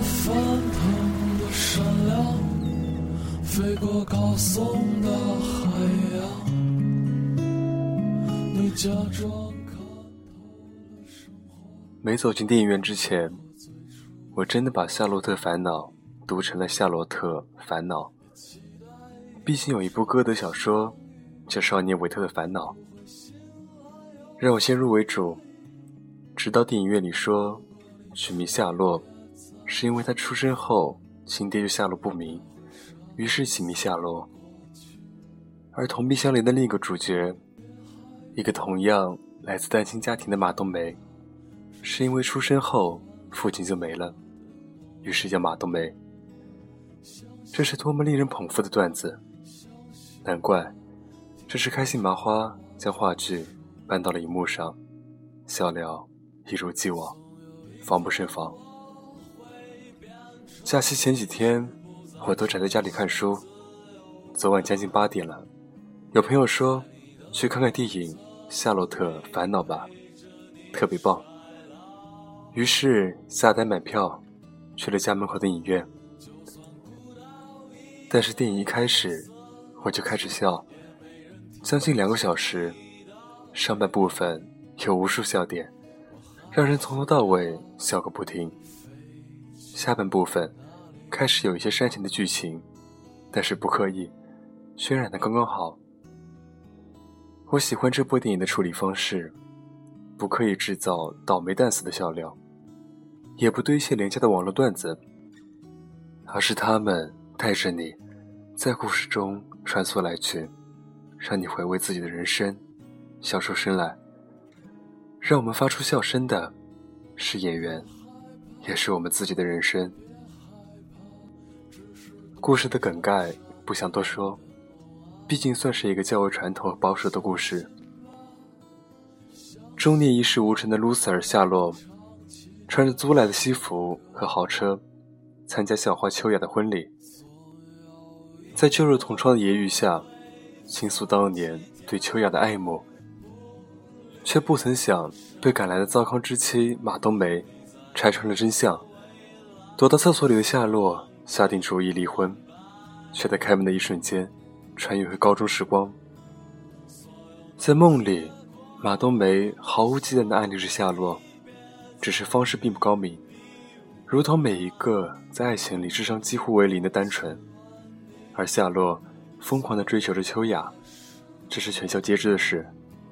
翻腾的闪亮，飞过高耸的海洋，你假装看透了生活。 没走进电影院之前，我真的把《夏洛特烦恼》读成了《夏洛特烦恼》。毕竟有一部歌德小说叫《少年维特的烦恼》，让我先入为主，直到电影院里说取名夏洛是因为他出生后亲爹就下落不明，于是起名夏洛。而同病相怜的另一个主角，一个同样来自单亲家庭的马冬梅，是因为出生后父亲就没了，于是叫马冬梅。这是多么令人捧腹的段子，难怪这是开心麻花将话剧搬到了荧幕上，笑料一如既往，防不胜防。假期前几天我都宅在家里看书，昨晚将近8点了，有朋友说去看看电影《夏洛特烦恼》吧，特别棒。于是下单买票去了家门口的影院。但是电影一开始我就开始笑，将近2个小时，上半部分有无数笑点，让人从头到尾笑个不停。下半部分开始有一些煽情的剧情，但是不刻意，渲染得刚刚好。我喜欢这部电影的处理方式，不刻意制造倒霉蛋似的笑料，也不堆砌廉价的网络段子，而是他们带着你在故事中穿梭来去，让你回味自己的人生，笑出声来。让我们发出笑声的是演员，也是我们自己的人生。故事的梗概不想多说，毕竟算是一个较为传统和保守的故事。中年一事无成的 loser 夏洛，穿着租来的西服和豪车，参加校花秋雅的婚礼。在旧日同窗的揶揄下，倾诉当年对秋雅的爱慕，却不曾想被赶来的糟糠之妻马冬梅拆穿了真相。躲到厕所里的夏洛下定主意离婚，却在开门的一瞬间穿越回高中时光。在梦里，马冬梅毫无忌惮地暗恋着夏洛，只是方式并不高明，如同每一个在爱情里智商几乎为0的单纯。而夏洛疯狂地追求着秋雅，这是全校皆知的事。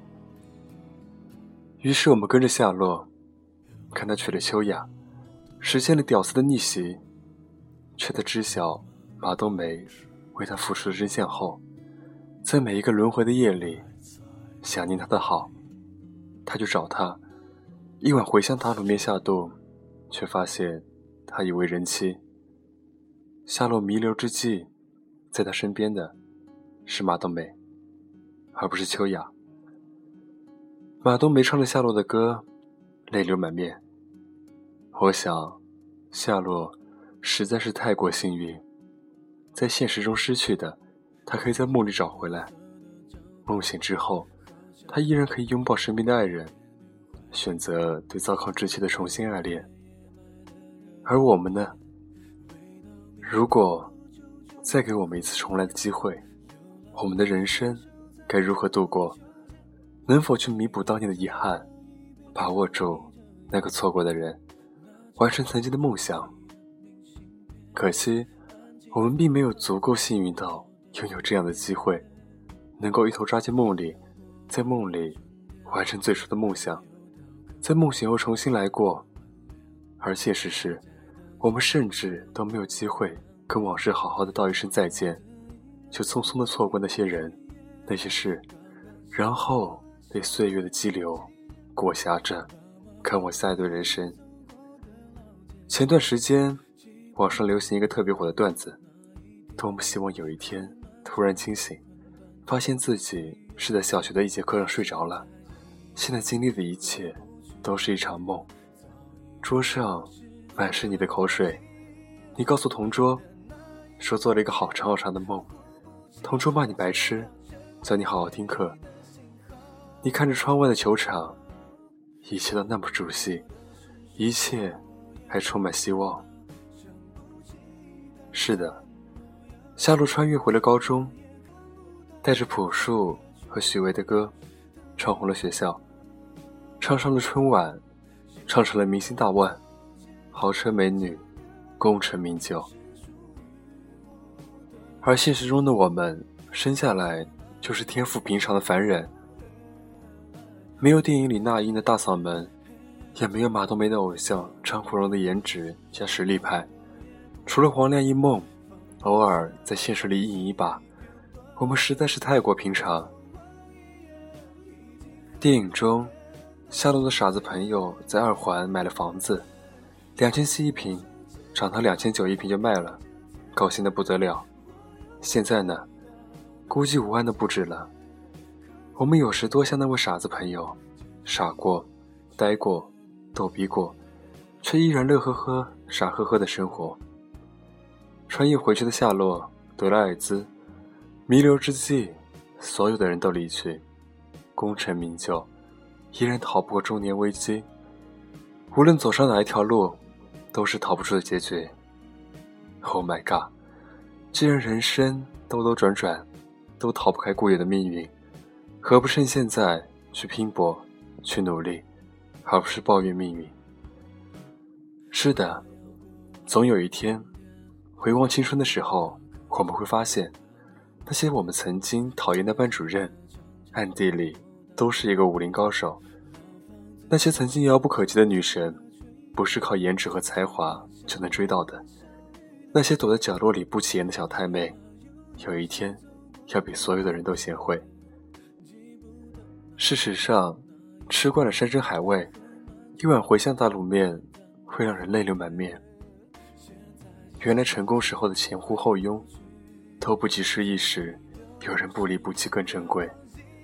于是我们跟着夏洛，看他娶了秋雅，实现了屌丝的逆袭，却在知晓马冬梅为他付出的真相后，在每一个轮回的夜里，想念他的好，他就找他，一碗茴香打卤面下肚，却发现他已为人妻。夏洛弥留之际，在他身边的是马冬梅，而不是秋雅。马冬梅唱了夏洛的歌，泪流满面。我想夏洛实在是太过幸运，在现实中失去的他可以在梦里找回来，梦醒之后他依然可以拥抱身边的爱人，选择对糟糠之妻的重新爱恋。而我们呢？如果再给我们一次重来的机会，我们的人生该如何度过？能否去弥补当年的遗憾，把握住那个错过的人，完成曾经的梦想？可惜我们并没有足够幸运到拥有这样的机会，能够一头扎进梦里，在梦里完成最初的梦想，在梦醒后重新来过。而现实是，我们甚至都没有机会跟往事好好的道一声再见，就匆匆的错过那些人那些事，然后被岁月的激流裹挟着看我下一段人生。前段时间网上流行一个特别火的段子，多么希望有一天突然清醒，发现自己是在小学的一节课上睡着了，现在经历的一切都是一场梦。桌上满是你的口水，你告诉同桌说做了一个好长好长的梦，同桌骂你白痴，叫你好好听课。你看着窗外的球场，一切都那么熟悉，一切还充满希望。 是的，夏洛穿越回了高中，带着朴树和许巍的歌，唱红了学校，唱上了春晚，唱成了明星大腕，豪车美女，功成名就。而现实中的我们，生下来就是天赋平常的凡人，没有电影里那英的大嗓门，也没有马冬梅的偶像张国荣的颜值加实力派，除了黄粱一梦，偶尔在现实里硬一把，我们实在是太过平常。电影中，夏洛的傻子朋友在二环买了房子，2700一平，涨到2900一平就卖了，高兴得不得了。现在呢，估计5万都不止了。我们有时多像那位傻子朋友，傻过，呆过，逗逼过，却依然乐呵呵、傻呵呵的生活。穿越回去的夏洛得了艾滋，弥留之际，所有的人都离去，功成名就，依然逃不过中年危机。无论走上哪一条路，都是逃不出的结局。Oh my god， 既然人生兜兜转转都逃不开固有的命运，何不趁现在去拼搏，去努力，而不是抱怨命运。是的，总有一天回望青春的时候，我们会发现那些我们曾经讨厌的班主任，暗地里都是一个武林高手。那些曾经遥不可及的女神，不是靠颜值和才华就能追到的。那些躲在角落里不起眼的小太妹，有一天要比所有的人都贤惠。事实上，吃惯了山珍海味，一碗茴香打卤面会让人泪流满面。原来成功时候的前呼后拥，都不及失意时有人不离不弃更珍贵。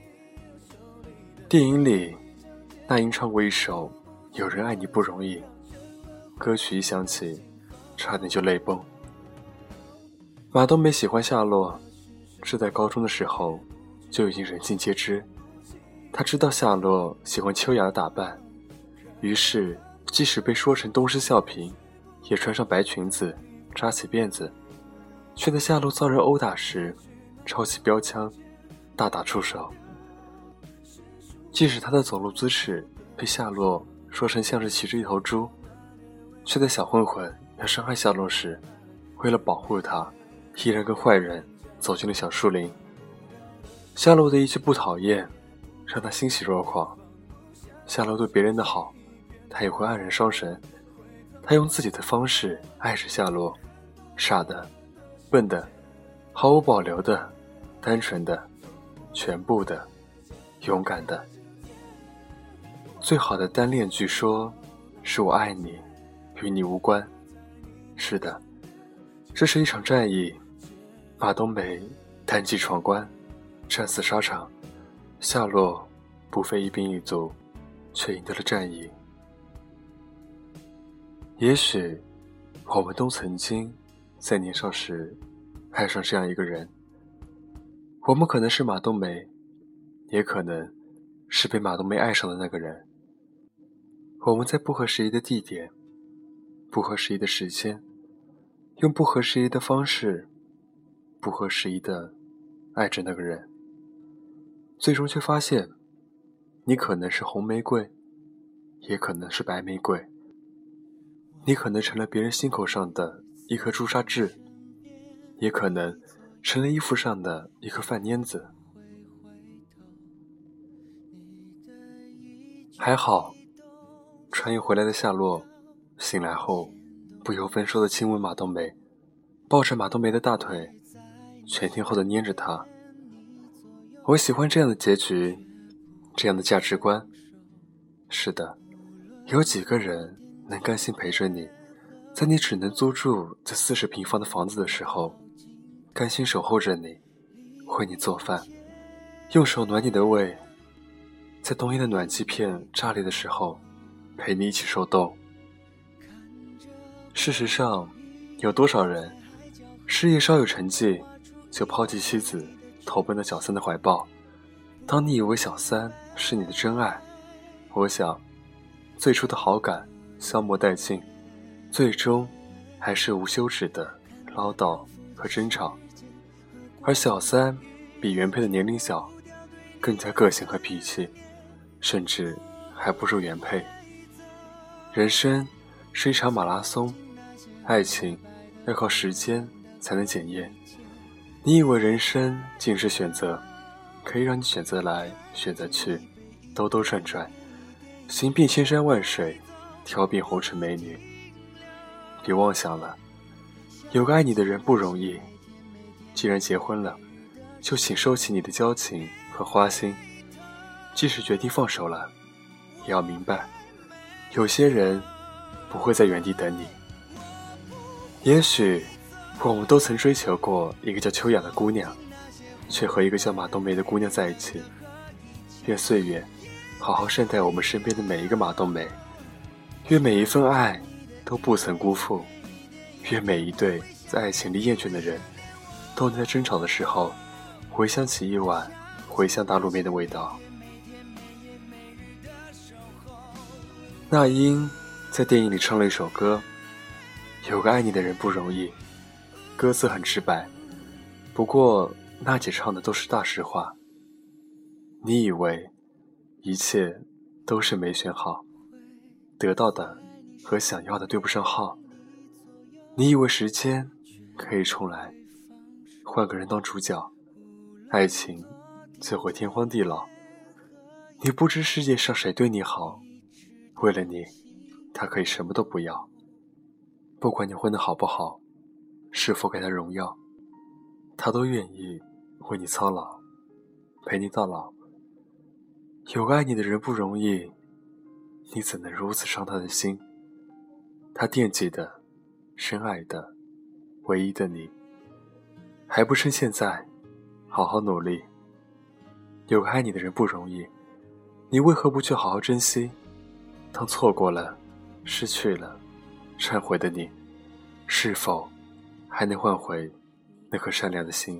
电影里，那英唱过一首《有人爱你不容易》，歌曲一响起，差点就泪崩。马冬梅喜欢夏洛，是在高中的时候就已经人尽皆知。他知道夏洛喜欢秋雅的打扮，于是即使被说成东施效颦，也穿上白裙子，扎起辫子，却在夏洛遭人殴打时抄起标枪，大打出手。即使他的走路姿势被夏洛说成像是骑着一头猪，却在小混混要伤害夏洛时，为了保护他，依然跟坏人走进了小树林。夏洛的一句不讨厌让他欣喜若狂。夏洛对别人的好，他也会黯然伤神。他用自己的方式爱着夏洛，傻的，笨的，毫无保留的，单纯的，全部的，勇敢的。最好的单恋据说是我爱你，与你无关。是的，这是一场战役，马冬梅单骑闯关，战死沙场，夏洛不费一兵一卒，却赢得了战役。也许我们都曾经在年少时爱上这样一个人，我们可能是马冬梅，也可能是被马冬梅爱上的那个人。我们在不合时宜的地点，不合时宜的时间，用不合时宜的方式，不合时宜的爱着那个人，最终却发现你可能是红玫瑰，也可能是白玫瑰，你可能成了别人心口上的一颗朱砂痣，也可能成了衣服上的一颗饭粘子。还好穿越回来的夏洛醒来后不由分说地亲吻马冬梅，抱着马冬梅的大腿，全天候地粘着她。我喜欢这样的结局，这样的价值观。是的，有几个人能甘心陪着你，在你只能租住这40平方的房子的时候，甘心守候着你，为你做饭，用手暖你的胃，在冬夜的暖气片炸裂的时候陪你一起受冻。事实上，有多少人事业稍有成绩就抛弃妻子，投奔到小三的怀抱。当你以为小三是你的真爱，我想最初的好感消磨殆尽，最终还是无休止的唠叨和争吵，而小三比原配的年龄小，更加个性和脾气，甚至还不如原配。人生是一场马拉松，爱情要靠时间才能检验。你以为人生尽是选择，可以让你选择来选择去，兜兜转转，行遍千山万水，挑遍红尘美女。别妄想了，有个爱你的人不容易。既然结婚了，就请收起你的交情和花心。即使决定放手了，也要明白，有些人不会在原地等你。也许我们都曾追求过一个叫秋雅的姑娘，却和一个叫马冬梅的姑娘在一起。愿岁月好好善待我们身边的每一个马冬梅，愿每一份爱都不曾辜负，愿每一对在爱情里厌倦的人都能在争吵的时候回想起一碗茴香打卤面的味道。那英在电影里唱了一首歌，有个爱你的人不容易，歌词很直白，不过娜姐唱的都是大实话。你以为一切都是没选好，得到的和想要的对不上号，你以为时间可以重来，换个人当主角，爱情就会天荒地老。你不知世界上谁对你好，为了你他可以什么都不要。不管你混得好不好，是否给他荣耀，他都愿意为你操劳，陪你到老。有个爱你的人不容易，你怎能如此伤他的心？他惦记的，深爱的，唯一的你，还不趁现在好好努力。有个爱你的人不容易，你为何不去好好珍惜？当错过了，失去了，忏悔的你，是否还能换回那颗善良的心？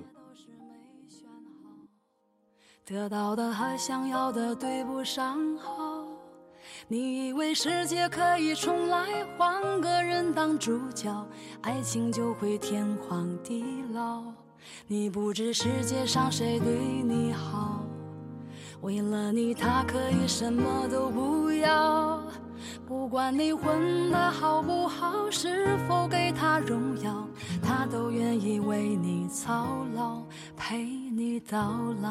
得到的和想要的对不上号，你以为世界可以重来，换个人当主角，爱情就会天荒地老。你不知世界上谁对你好，为了你他可以什么都不要。不管你混得好不好，是否给他荣耀，他都愿意为你操劳，陪你到老。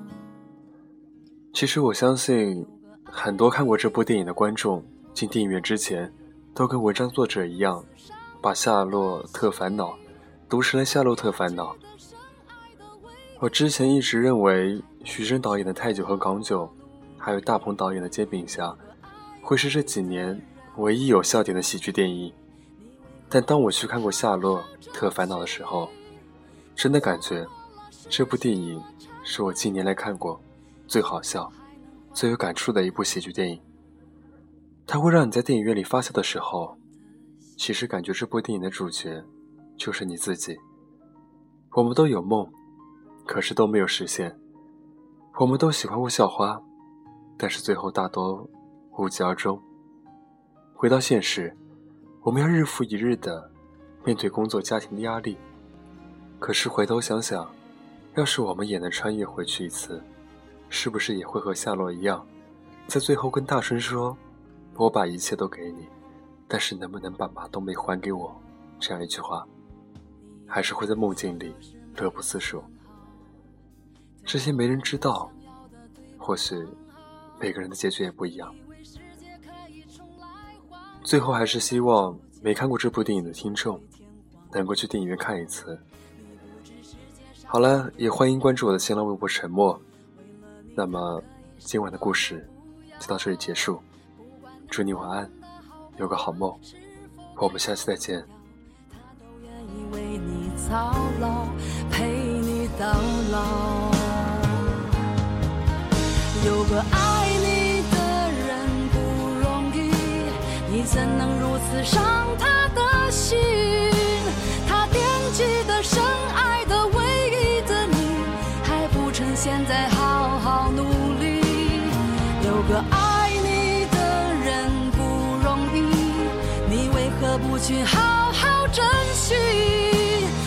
其实我相信很多看过这部电影的观众进电影院之前都跟文章作者一样，把夏洛特烦恼读成了夏洛特烦恼。我之前一直认为徐峥导演的泰囧和港囧，还有大鹏导演的煎饼侠会是这几年唯一有笑点的喜剧电影，但当我去看过夏洛特烦恼的时候，真的感觉这部电影是我近年来看过最好笑最有感触的一部喜剧电影。它会让你在电影院里发笑的时候，其实感觉这部电影的主角就是你自己。我们都有梦，可是都没有实现。我们都喜欢过校花，但是最后大多无疾而终。回到现实，我们要日复一日的面对工作家庭的压力。可是回头想想，要是我们也能穿越回去一次，是不是也会和夏洛一样，在最后跟大春说，我把一切都给你，但是能不能把马冬梅还给我，这样一句话，还是会在梦境里乐不思蜀。这些没人知道，或许每个人的结局也不一样。最后还是希望没看过这部电影的听众能够去电影院看一次。好了，也欢迎关注我的新浪微博沉默。那么今晚的故事就到这里结束，祝你晚安，有个好梦，我们下期再见。 他都愿意为你操劳，陪你到老。有个爱你的人不容易，你怎能如此伤他的心？他惦记的深爱的唯一的你，还不趁现在好好努力。有个爱你的人不容易，你为何不去好好珍惜？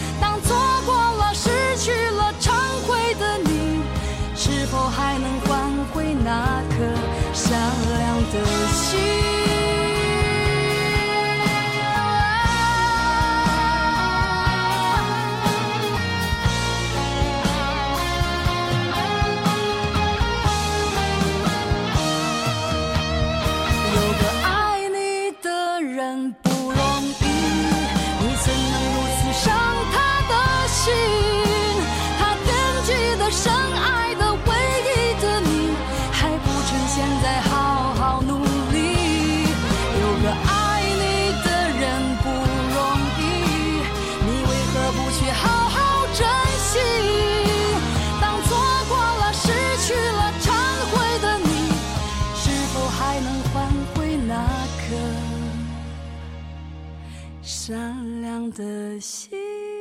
善良的心。